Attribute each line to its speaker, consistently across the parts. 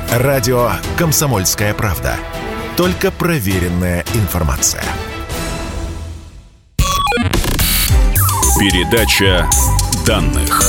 Speaker 1: Радио «Комсомольская правда». Только проверенная информация.
Speaker 2: Передача данных.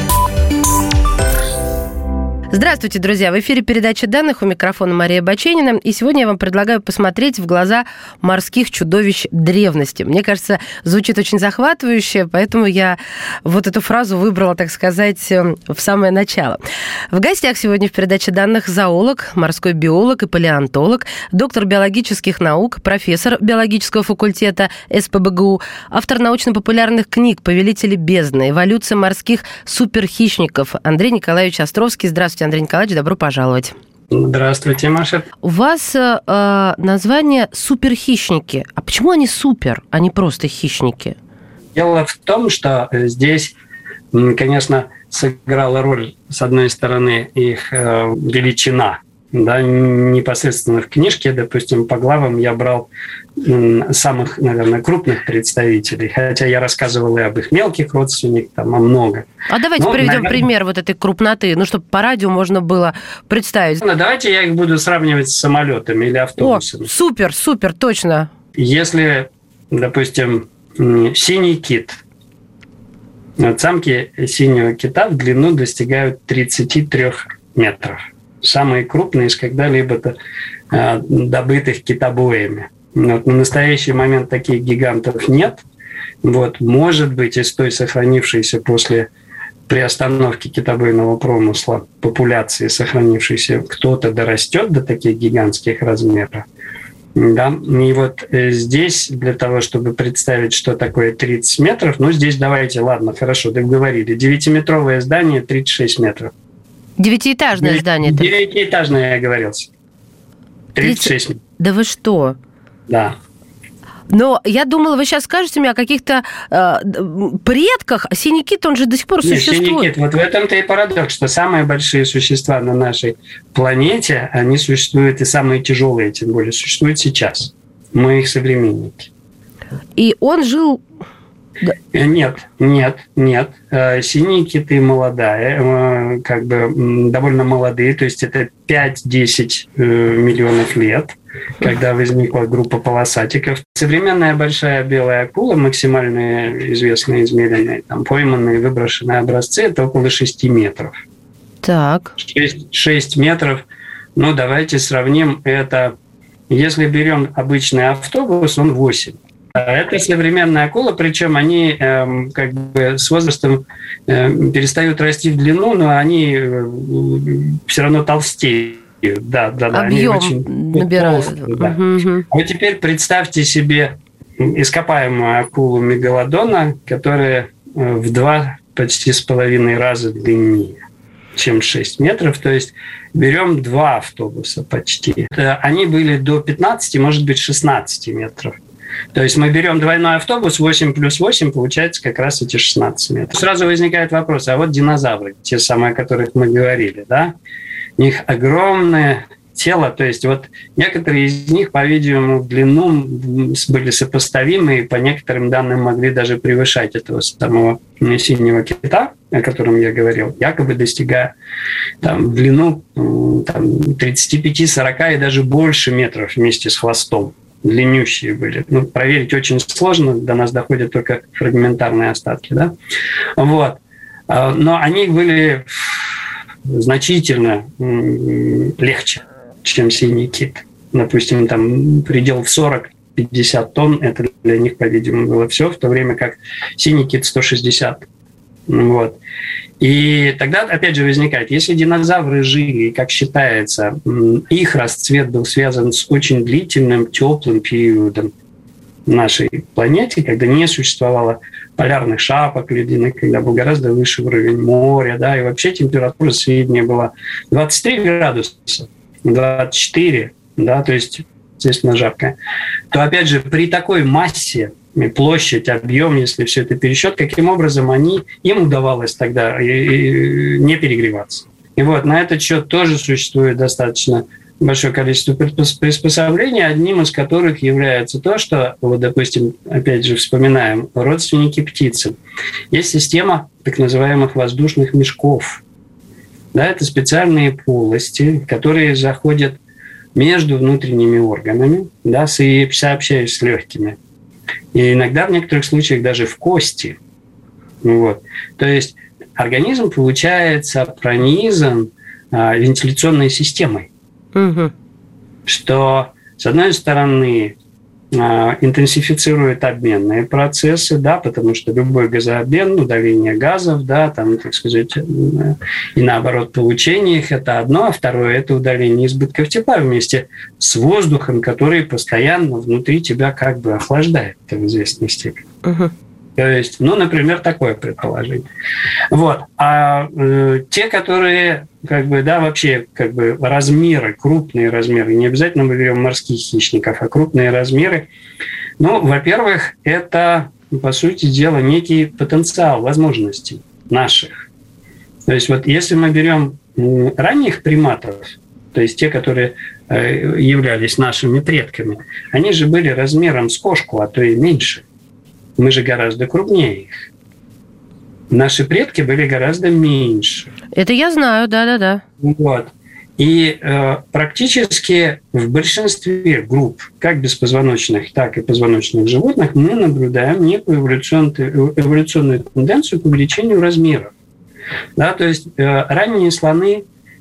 Speaker 3: Здравствуйте, друзья! В эфире передача данных, у микрофона Мария Баченина. И сегодня я вам предлагаю посмотреть в глаза морских чудовищ древности. Мне кажется, звучит очень захватывающе, поэтому я вот эту фразу выбрала, так сказать, в самое начало. В гостях сегодня в передаче данных зоолог, морской биолог и палеонтолог, доктор биологических наук, профессор биологического факультета СПбГУ, автор научно-популярных книг «Повелители бездны», «Эволюция морских суперхищников» Андрей Николаевич Островский. Здравствуйте, Андрей Николаевич, добро пожаловать.
Speaker 4: Здравствуйте, Маша.
Speaker 3: У вас название суперхищники. А почему они супер, а не просто хищники?
Speaker 4: Дело в том, что здесь, конечно, сыграла роль, с одной стороны, их величина. Да, непосредственно в книжке, допустим, по главам я брал самых, наверное, крупных представителей, хотя я рассказывал и об их мелких родственниках, там, много.
Speaker 3: А давайте приведем пример вот этой крупноты, чтобы по радио можно было представить.
Speaker 4: Давайте я их буду сравнивать с самолетами или автобусами.
Speaker 3: О, супер, точно.
Speaker 4: Если, допустим, синий кит, самки синего кита в длину достигают 33 метров. Самые крупные из когда-либо добытых китобоями. На настоящий момент таких гигантов нет. Может быть, из той сохранившейся после приостановки китобойного промысла популяции, сохранившейся, кто-то дорастет до таких гигантских размеров. Да? И здесь, для того, чтобы представить, что такое 30 метров, здесь давайте, ладно, хорошо, договорили. 9-метровое здание 36 метров.
Speaker 3: Девятиэтажное здание.
Speaker 4: Девятиэтажное, я говорился. 36 метров.
Speaker 3: Да вы что?
Speaker 4: Да.
Speaker 3: Но я думала, вы сейчас скажете мне о каких-то предках. Синий кит, он же до сих пор существует.
Speaker 4: Синий кит. В этом-то и парадокс, что самые большие существа на нашей планете, они существуют, и самые тяжелые, тем более, существуют сейчас. Мы их современники.
Speaker 3: И он жил...
Speaker 4: Нет. Синие киты молодые, довольно молодые, то есть это 5-10 миллионов лет, когда возникла группа полосатиков. Современная большая белая акула, максимально известные, измеренные, пойманные, выброшенные образцы, это около 6 метров.
Speaker 3: Так.
Speaker 4: 6 метров, давайте сравним это. Если берем обычный автобус, он 8. Это современная акула, причем они с возрастом перестают расти в длину, но они все равно толстеют. Да,
Speaker 3: объем
Speaker 4: они очень
Speaker 3: набирают.
Speaker 4: Толстые, да. А вот теперь представьте себе ископаемую акулу мегалодона, которая в 2,5 раза длиннее, чем 6 метров. То есть берем 2 автобуса почти. Они были до 15, может быть, 16 метров. То есть мы берем двойной автобус, 8 плюс 8, получается как раз эти 16 метров. Сразу возникает вопрос, а вот динозавры, те самые, о которых мы говорили, да? У них огромное тело, то есть некоторые из них, по-видимому, в длину были сопоставимы и по некоторым данным могли даже превышать этого самого синего кита, о котором я говорил, якобы достигая в длину 35-40 и даже больше метров вместе с хвостом. Длиннющие были. Проверить очень сложно, до нас доходят только фрагментарные остатки. Да? Но они были значительно легче, чем синий кит. Допустим, предел в 40-50 тонн, это для них, по-видимому, было все, в то время как синий кит 160. И тогда, опять же, возникает, если динозавры жили, как считается, их расцвет был связан с очень длительным, теплым периодом нашей планете, когда не существовало полярных шапок ледяных, когда был гораздо выше уровень моря, да, и вообще температура средняя была 23 градуса, 24, да, то есть, естественно, жаркая, то, опять же, при такой массе, площадь, объем, если все это пересчет, каким образом им удавалось тогда не перегреваться. И на этот счет тоже существует достаточно большое количество приспособлений, одним из которых является то, что, допустим, опять же вспоминаем, родственники птицы. Есть система так называемых воздушных мешков. Да, это специальные полости, которые заходят между внутренними органами, да, сообщаясь с легкими. И иногда в некоторых случаях даже в кости. Вот. То есть организм, получается, пронизан вентиляционной системой. Угу. Что, с одной стороны, интенсифицирует обменные процессы, да, потому что любой газообмен, удаление газов, да, там, так сказать, и наоборот, получение их – это одно, а второе – это удаление избытков тепла вместе с воздухом, который постоянно внутри тебя как бы охлаждает в известной степени. Uh-huh. То есть, ну, например, такое предположение. Вот. А те, которые, как бы, да, вообще, как бы, размеры, крупные размеры, не обязательно мы берем морских хищников, а крупные размеры, ну, во-первых, это, по сути дела, некий потенциал возможностей наших. То есть, вот если мы берем ранних приматов, то есть те, которые являлись нашими предками, они же были размером с кошку, а то и меньше. Мы же гораздо крупнее их. Наши предки были гораздо меньше.
Speaker 3: Это я знаю, да-да-да.
Speaker 4: Вот. И практически в большинстве групп, как беспозвоночных, так и позвоночных животных, мы наблюдаем некую эволюционную тенденцию к увеличению размеров. Да, то есть ранние слоны,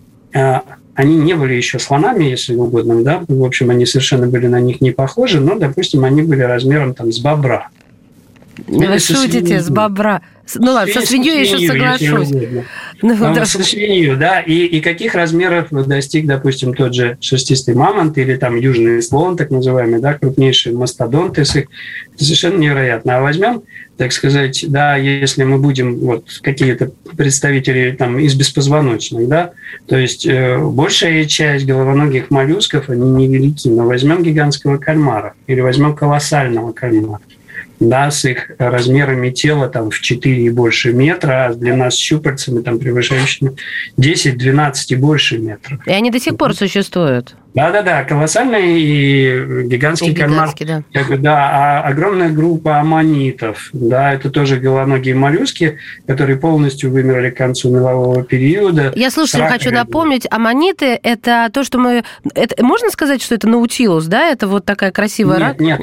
Speaker 4: они не были еще слонами, если угодно, да, в общем, они совершенно были на них не похожи, но, допустим, они были размером там, с бобра.
Speaker 3: Вы шутите, с бобра. Ну ладно, со свиньей я еще соглашусь.
Speaker 4: Со свиньей, да. И каких размеров достиг, допустим, тот же шерстистый мамонт или там южный слон, так называемый, да, крупнейшие мастодонты. Это совершенно невероятно. А возьмем, так сказать, да, если мы будем вот какие-то представители там из беспозвоночных, да, то есть большая часть головоногих моллюсков, они невелики, но возьмем гигантского кальмара или возьмем колоссального кальмара. Да, с их размерами тела там, в 4 и больше метра, а длина с щупальцами, там, превышающими 10, 12 и больше метров.
Speaker 3: И они до сих пор существуют?
Speaker 4: Да-да-да, колоссальный и гигантский кальмар. Да. Да, а огромная группа аммонитов, да, это тоже головоногие моллюски, которые полностью вымерли к концу мелового периода.
Speaker 3: Я слушателям хочу напомнить, аммониты – это то, что мы… Это, можно сказать, что это наутилус, да? Это вот такая красивая рак?
Speaker 4: Нет,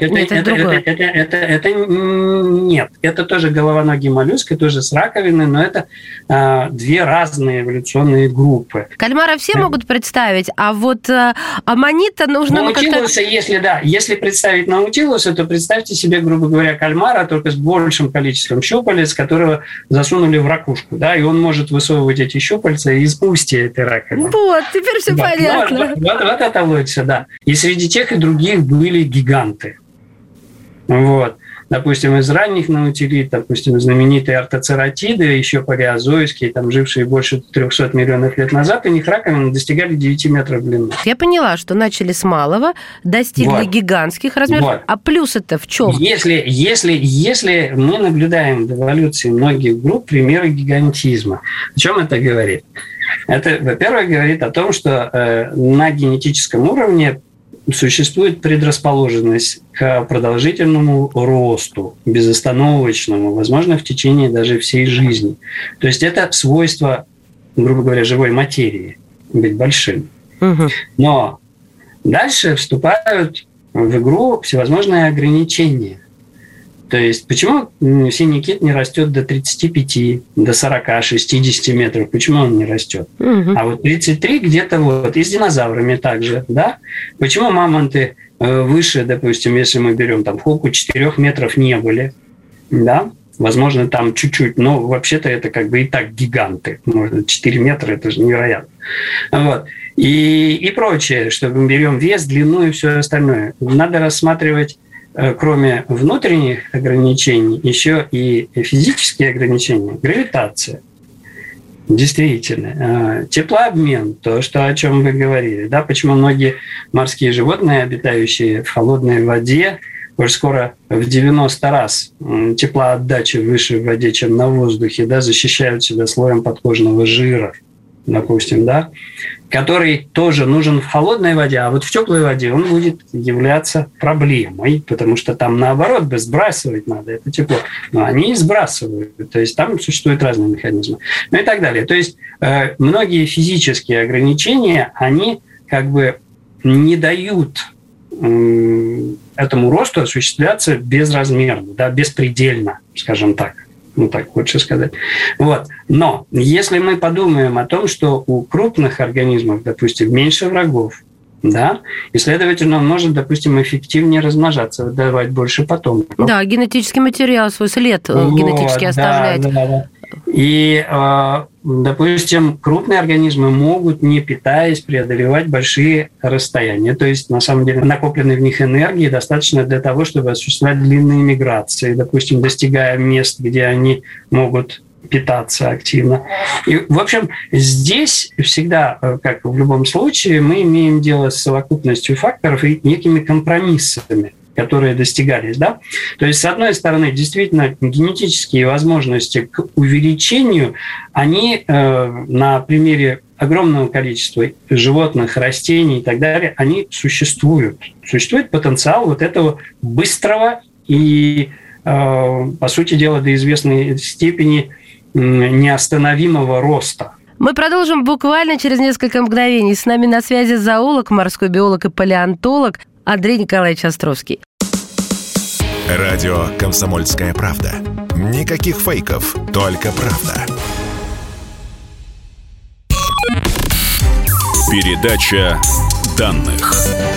Speaker 4: это тоже головоногие моллюски, тоже с раковиной, но это две разные эволюционные группы.
Speaker 3: Кальмара все могут представить, а вот аммонита нужно…
Speaker 4: Наутилуса, если представить наутилуса, то представьте себе, грубо говоря, кальмара, только с большим количеством щупалец, которого засунули в ракушку, да, и он может высовывать эти щупальца из устья этой раковины.
Speaker 3: Вот, теперь все понятно.
Speaker 4: Вот это лучше, да. И среди тех и других были гиганты. Вот. Допустим, из ранних наутилид, допустим, знаменитые ортоцератиды, еще палеозойские, там, жившие больше 300 миллионов лет назад, у них раковины достигали 9 метров в длину.
Speaker 3: Я поняла, что начали с малого, достигли гигантских размеров, а плюс это в чем?
Speaker 4: Если мы наблюдаем в эволюции многих групп примеры гигантизма, о чем это говорит? Это, во-первых, говорит о том, что на генетическом уровне существует предрасположенность к продолжительному росту, безостановочному, возможно, в течение даже всей жизни. То есть это свойство, грубо говоря, живой материи, быть большим. Угу. Но дальше вступают в игру всевозможные ограничения. То есть почему синий кит не растет до 35, до 40, 60 метров? Почему он не растет? Угу. А вот 33 где-то вот. И с динозаврами также, да? Почему мамонты выше, допустим, если мы берем там холку 4 метров не были, да? Возможно, там чуть-чуть, но вообще-то это как бы и так гиганты. Может, 4 метра, это же невероятно. Вот. И прочее, что мы берем вес, длину и все остальное. Надо рассматривать, кроме внутренних ограничений, еще и физические ограничения. Гравитация. Действительно. Теплообмен, то, о чем вы говорили. Да? Почему многие морские животные, обитающие в холодной воде, уже скоро в 90 раз теплоотдача выше в воде, чем на воздухе, да, защищают себя слоем подкожного жира. допустим, да, который тоже нужен в холодной воде, а вот в теплой воде он будет являться проблемой, потому что там, наоборот, сбрасывать надо это тепло. Но они сбрасывают, то есть там существуют разные механизмы. Ну и так далее. То есть многие физические ограничения, они как бы не дают этому росту осуществляться безразмерно, да, беспредельно, скажем так. Ну, так лучше сказать. Вот. Но если мы подумаем о том, что у крупных организмов, допустим, меньше врагов, да, и, следовательно, он может, допустим, эффективнее размножаться, давать больше потомков.
Speaker 3: Да, генетический материал, свой след генетически оставлять.
Speaker 4: Да. И, допустим, крупные организмы могут, не питаясь, преодолевать большие расстояния. То есть, на самом деле, накопленной в них энергии достаточно для того, чтобы осуществлять длинные миграции, допустим, достигая мест, где они могут питаться активно. И, в общем, здесь всегда, как в любом случае, мы имеем дело с совокупностью факторов и некими компромиссами, которые достигались, да? То есть, с одной стороны, действительно, генетические возможности к увеличению, они на примере огромного количества животных, растений и так далее, они существуют. Существует потенциал вот этого быстрого и, по сути дела, до известной степени неостановимого роста.
Speaker 3: Мы продолжим буквально через несколько мгновений. С нами на связи зоолог, морской биолог и палеонтолог Андрей Николаевич Островский.
Speaker 1: Радио «Комсомольская правда». Никаких фейков, только правда.
Speaker 2: Передача данных.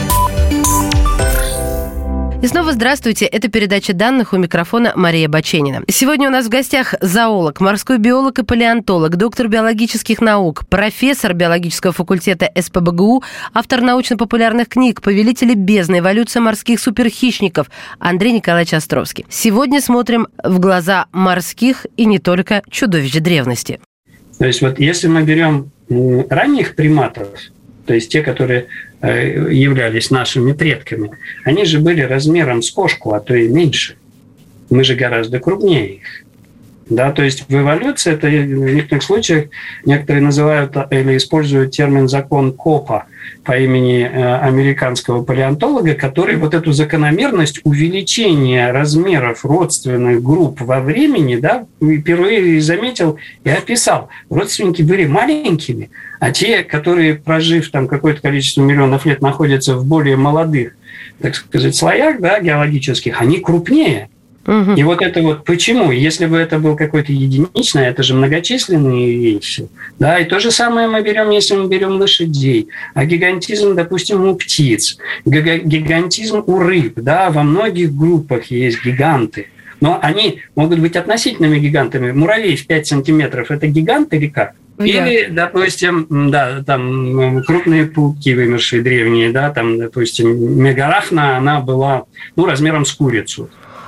Speaker 3: И снова здравствуйте. Это передача данных, у микрофона Мария Баченина. Сегодня у нас в гостях зоолог, морской биолог и палеонтолог, доктор биологических наук, профессор биологического факультета СПбГУ, автор научно-популярных книг «Повелители бездны. Эволюция морских суперхищников» Андрей Николаевич Островский. Сегодня смотрим в глаза морских и не только чудовищ древности.
Speaker 4: То есть вот если мы берем ранних приматов, то есть те, которые являлись нашими предками, они же были размером с кошку, а то и меньше. Мы же гораздо крупнее их. Да, то есть в эволюции, это в некоторых случаях некоторые называют или используют термин «закон Копа» по имени американского палеонтолога, который вот эту закономерность увеличения размеров родственных групп во времени, да, впервые заметил и описал. Родственники были маленькими, а те, которые, прожив там какое-то количество миллионов лет, находятся в более молодых, так сказать, слоях, да, геологических, они крупнее. И вот это вот почему? Если бы это был какой-то единичный, это же многочисленные вещи. Да, и то же самое мы берем, если мы берем лошадей. А гигантизм, допустим, у птиц, гигантизм у рыб. Да, во многих группах есть гиганты. Но они могут быть относительными гигантами. Муравей в 5 сантиметров – это гигант или как? Или, допустим, да, там крупные пауки, вымершие древние, да, там, допустим, мегарахна, она была, размером с курицу.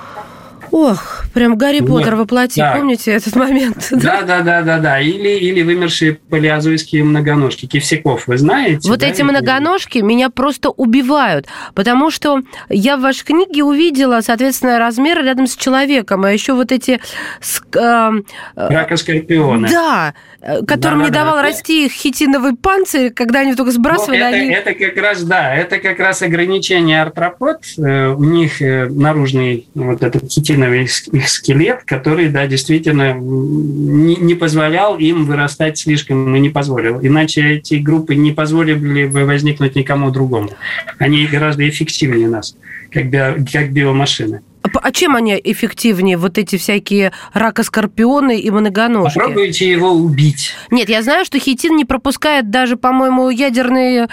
Speaker 3: Ох, прям Гарри Поттер воплоти, да. Помните этот момент?
Speaker 4: Да. Или вымершие палеозойские многоножки, кивсяков, вы знаете?
Speaker 3: Вот эти многоножки меня просто убивают, потому что я в вашей книге увидела, соответственно, размер рядом с человеком, а еще вот эти...
Speaker 4: Ракоскорпионы.
Speaker 3: Да, которым не давал расти их хитиновый панцирь, когда они только сбрасывали.
Speaker 4: Это как раз ограничение артропод. У них наружный вот этот хитиновый их скелет, который, да, действительно не позволял им вырастать слишком, не позволил. Иначе эти группы не позволили бы возникнуть никому другому. Они гораздо эффективнее нас, как биомашины.
Speaker 3: А чем они эффективнее, вот эти всякие ракоскорпионы и многоножки?
Speaker 4: Попробуйте его убить.
Speaker 3: Нет, я знаю, что хитин не пропускает даже, по-моему, ядерные...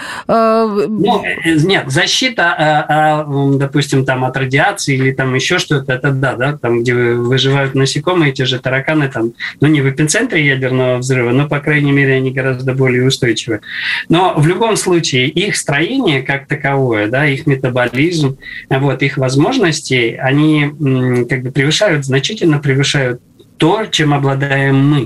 Speaker 4: Нет, защита, допустим, там от радиации или там еще что-то, это да, там, где выживают насекомые, те же тараканы, там, не в эпицентре ядерного взрыва, но, по крайней мере, они гораздо более устойчивы. Но в любом случае их строение как таковое, да, их метаболизм, вот, их возможности, они как бы значительно превышают то, чем обладаем мы.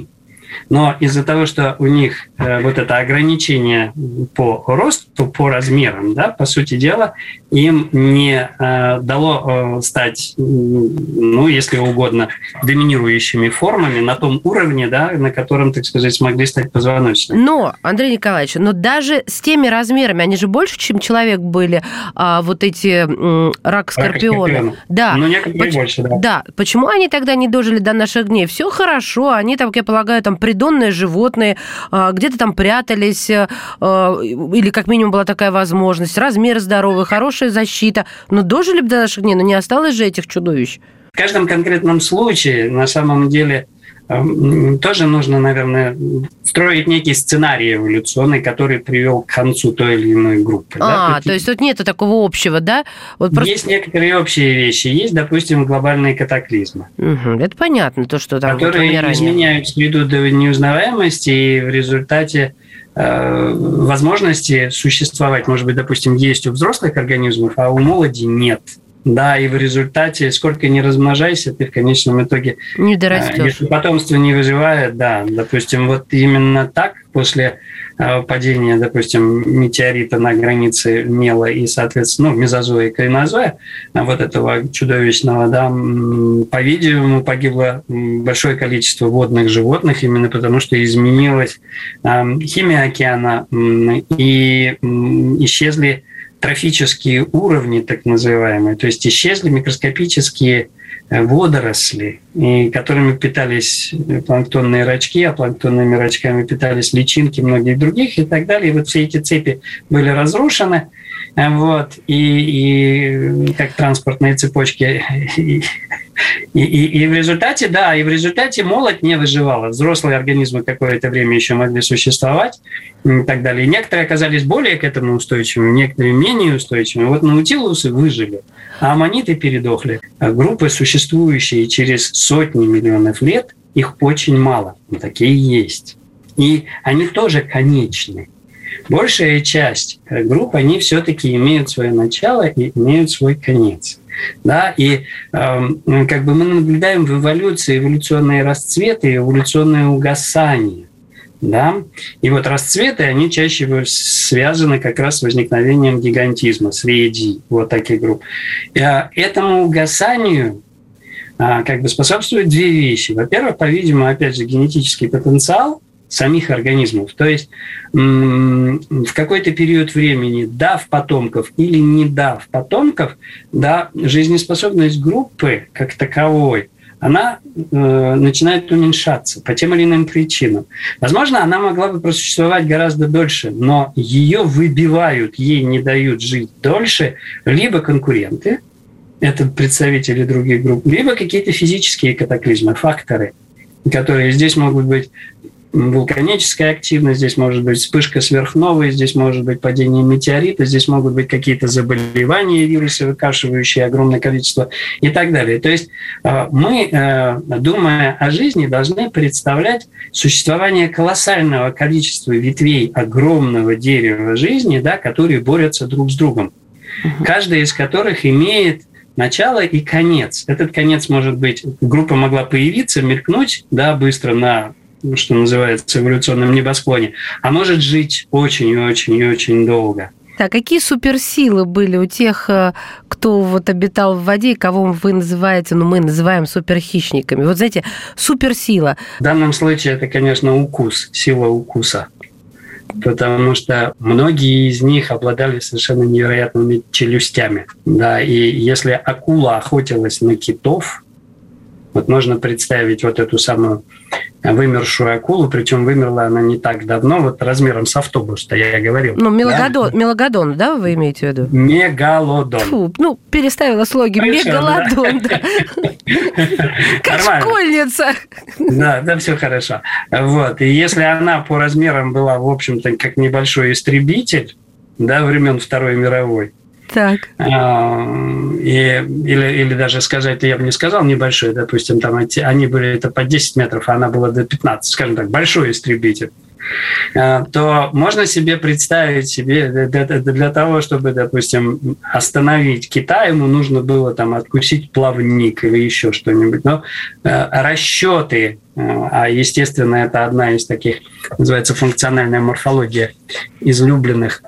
Speaker 4: Но из-за того, что у них вот это ограничение по росту, по размерам, да, по сути дела, им не дало стать, ну, если угодно, доминирующими формами на том уровне, да, на котором, так сказать, смогли стать позвоночными.
Speaker 3: Но, Андрей Николаевич, но даже с теми размерами, они же больше, чем человек были, вот эти рак-скорпионы.
Speaker 4: Да. Ну, некоторые больше, да.
Speaker 3: Да. Почему они тогда не дожили до наших дней? Все хорошо, они там, я полагаю, там придонные животные, где-то там прятались, или как минимум была такая возможность, размер здоровый, хорошая защита, но дожили бы до наших дней, но не осталось же этих чудовищ.
Speaker 4: В каждом конкретном случае, на самом деле, тоже нужно, наверное, строить некий сценарий эволюционный, который привел к концу той или иной группы.
Speaker 3: То есть тут нету такого общего, да?
Speaker 4: Вот просто... Есть некоторые общие вещи. Есть, допустим, глобальные катаклизмы.
Speaker 3: Это понятно, то, что там...
Speaker 4: Которые изменяют среду до неузнаваемости, и в результате возможности существовать, может быть, допустим, есть у взрослых организмов, а у молоди нет. Да, и в результате, сколько ни размножайся, ты в конечном итоге...
Speaker 3: Не дорастешь.
Speaker 4: Если потомство не выживает, да, допустим, вот именно так после падения, допустим, метеорита на границе мела и, соответственно, мезозоя и кайнозоя, вот этого чудовищного, да, по-видимому, погибло большое количество водных животных, именно потому что изменилась химия океана и исчезли трофические уровни, так называемые, то есть исчезли микроскопические водоросли, которыми питались планктонные рачки, а планктонными рачками питались личинки многих других и так далее. И вот все эти цепи были разрушены, вот, и как транспортные цепочки. И в результате, да, и в результате молодь не выживала. Взрослые организмы какое-то время еще могли существовать и так далее. И некоторые оказались более к этому устойчивыми, некоторые менее устойчивыми. Вот наутилусы выжили, а аммониты передохли. А группы, существующие через сотни миллионов лет, их очень мало. Но такие есть. И они тоже конечны. Большая часть групп, они все-таки имеют свое начало и имеют свой конец. Да, и как бы мы наблюдаем в эволюции эволюционные расцветы и эволюционное угасание. Да? И вот расцветы, они чаще связаны как раз с возникновением гигантизма среди вот таких групп. И этому угасанию как бы способствуют две вещи. Во-первых, по-видимому, опять же, генетический потенциал самих организмов. То есть в какой-то период времени, дав потомков или не дав потомков, да, жизнеспособность группы как таковой, она начинает уменьшаться по тем или иным причинам. Возможно, она могла бы просуществовать гораздо дольше, но ее выбивают, ей не дают жить дольше либо конкуренты, это представители других групп, либо какие-то физические катаклизмы, факторы, которые здесь могут быть вулканическая активность, здесь может быть вспышка сверхновой, здесь может быть падение метеорита, здесь могут быть какие-то заболевания, вирусы, выкашивающие огромное количество и так далее. То есть мы, думая о жизни, должны представлять существование колоссального количества ветвей огромного дерева жизни, да, которые борются друг с другом, каждая из которых имеет начало и конец. Этот конец может быть, группа могла появиться, мелькнуть, да, быстро на, что называется, эволюционном небосклоне, а может жить очень и очень и очень долго.
Speaker 3: А какие суперсилы были у тех, кто вот обитал в воде, и кого вы называете, мы называем суперхищниками? Вот знаете, суперсила.
Speaker 4: В данном случае это, конечно, укус, сила укуса. Потому что многие из них обладали совершенно невероятными челюстями. Да, и если акула охотилась на китов, вот можно представить вот эту самую вымершую акулу, причем вымерла она не так давно, вот размером с автобус-то я говорил.
Speaker 3: Ну, мегалодон, да, вы имеете в виду?
Speaker 4: Мегалодон.
Speaker 3: Фу, переставила слоги. Мегалодон, да. Как школьница.
Speaker 4: Да, все хорошо. Вот, и если она по размерам была, в общем-то, как небольшой истребитель, да, времен Второй мировой,
Speaker 3: так.
Speaker 4: Или даже сказать, я бы не сказал небольшой, допустим, там они были это по 10 метров, а она была до 15, скажем так, большой истребитель. то можно себе представить для того, чтобы, допустим, остановить кита, ему нужно было там откусить плавник или еще что-нибудь. Но расчеты, а естественно это одна из таких, называется функциональная морфология, излюбленных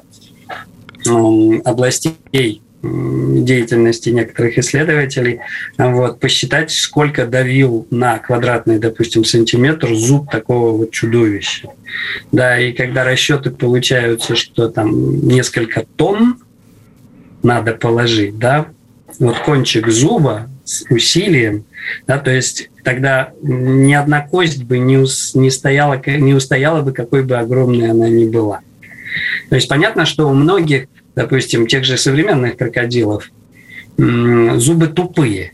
Speaker 4: областей деятельности некоторых исследователей, посчитать, сколько давил на квадратный, допустим, сантиметр зуб такого вот чудовища. Да, и когда расчеты получаются, что там несколько тонн надо положить, да, вот кончик зуба с усилием, да, то есть тогда ни одна кость бы не устояла бы, какой бы огромной она ни была. То есть понятно, что у многих, допустим, тех же современных крокодилов, зубы тупые.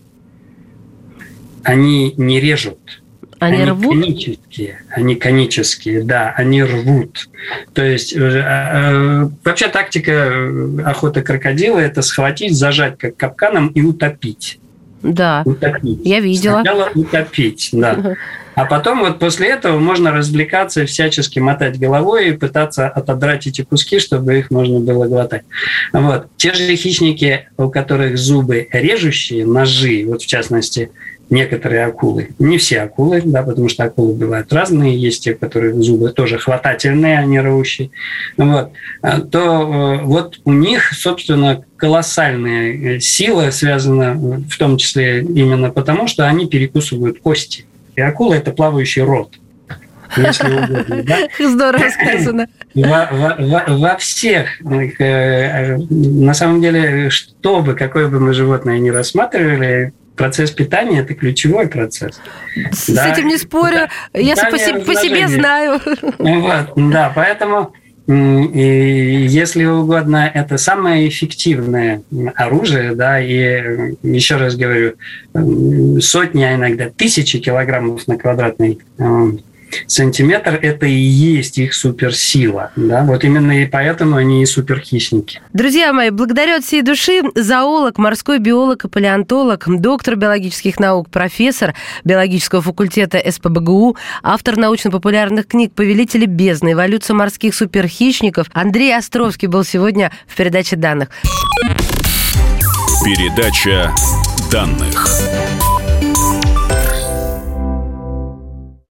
Speaker 4: Они не режут.
Speaker 3: Они рвут?
Speaker 4: Они конические, да, они рвут. То есть вообще тактика охоты крокодила – это схватить, зажать как капканом и утопить.
Speaker 3: Да,
Speaker 4: утопить.
Speaker 3: Я видела.
Speaker 4: Сначала утопить, да. А потом вот после этого можно развлекаться и всячески мотать головой и пытаться отодрать эти куски, чтобы их можно было глотать. Вот. Те же хищники, у которых зубы режущие, ножи, вот в частности, некоторые акулы, не все акулы, да, потому что акулы бывают разные, есть те, которые зубы тоже хватательные, а не рвущие, вот, то вот у них, собственно, колоссальная сила связана в том числе именно потому, что они перекусывают кости. И акула – это плавающий рот. Если угодно, да?
Speaker 3: Здорово сказано.
Speaker 4: Во всех, на самом деле, какое бы мы животное ни рассматривали, процесс питания – это ключевой процесс.
Speaker 3: С этим не спорю, я по себе знаю.
Speaker 4: Вот, да, поэтому, если угодно, это самое эффективное оружие, да, и еще раз говорю, сотни, а иногда тысячи килограммов на квадратный сантиметр – это и есть их суперсила. Да? Вот именно и поэтому они и суперхищники.
Speaker 3: Друзья мои, благодарю от всей души зоолог, морской биолог и палеонтолог, доктор биологических наук, профессор биологического факультета СПбГУ, автор научно-популярных книг «Повелители бездны», «Эволюция морских суперхищников» Андрей Островский был сегодня в передаче данных.
Speaker 2: Передача данных.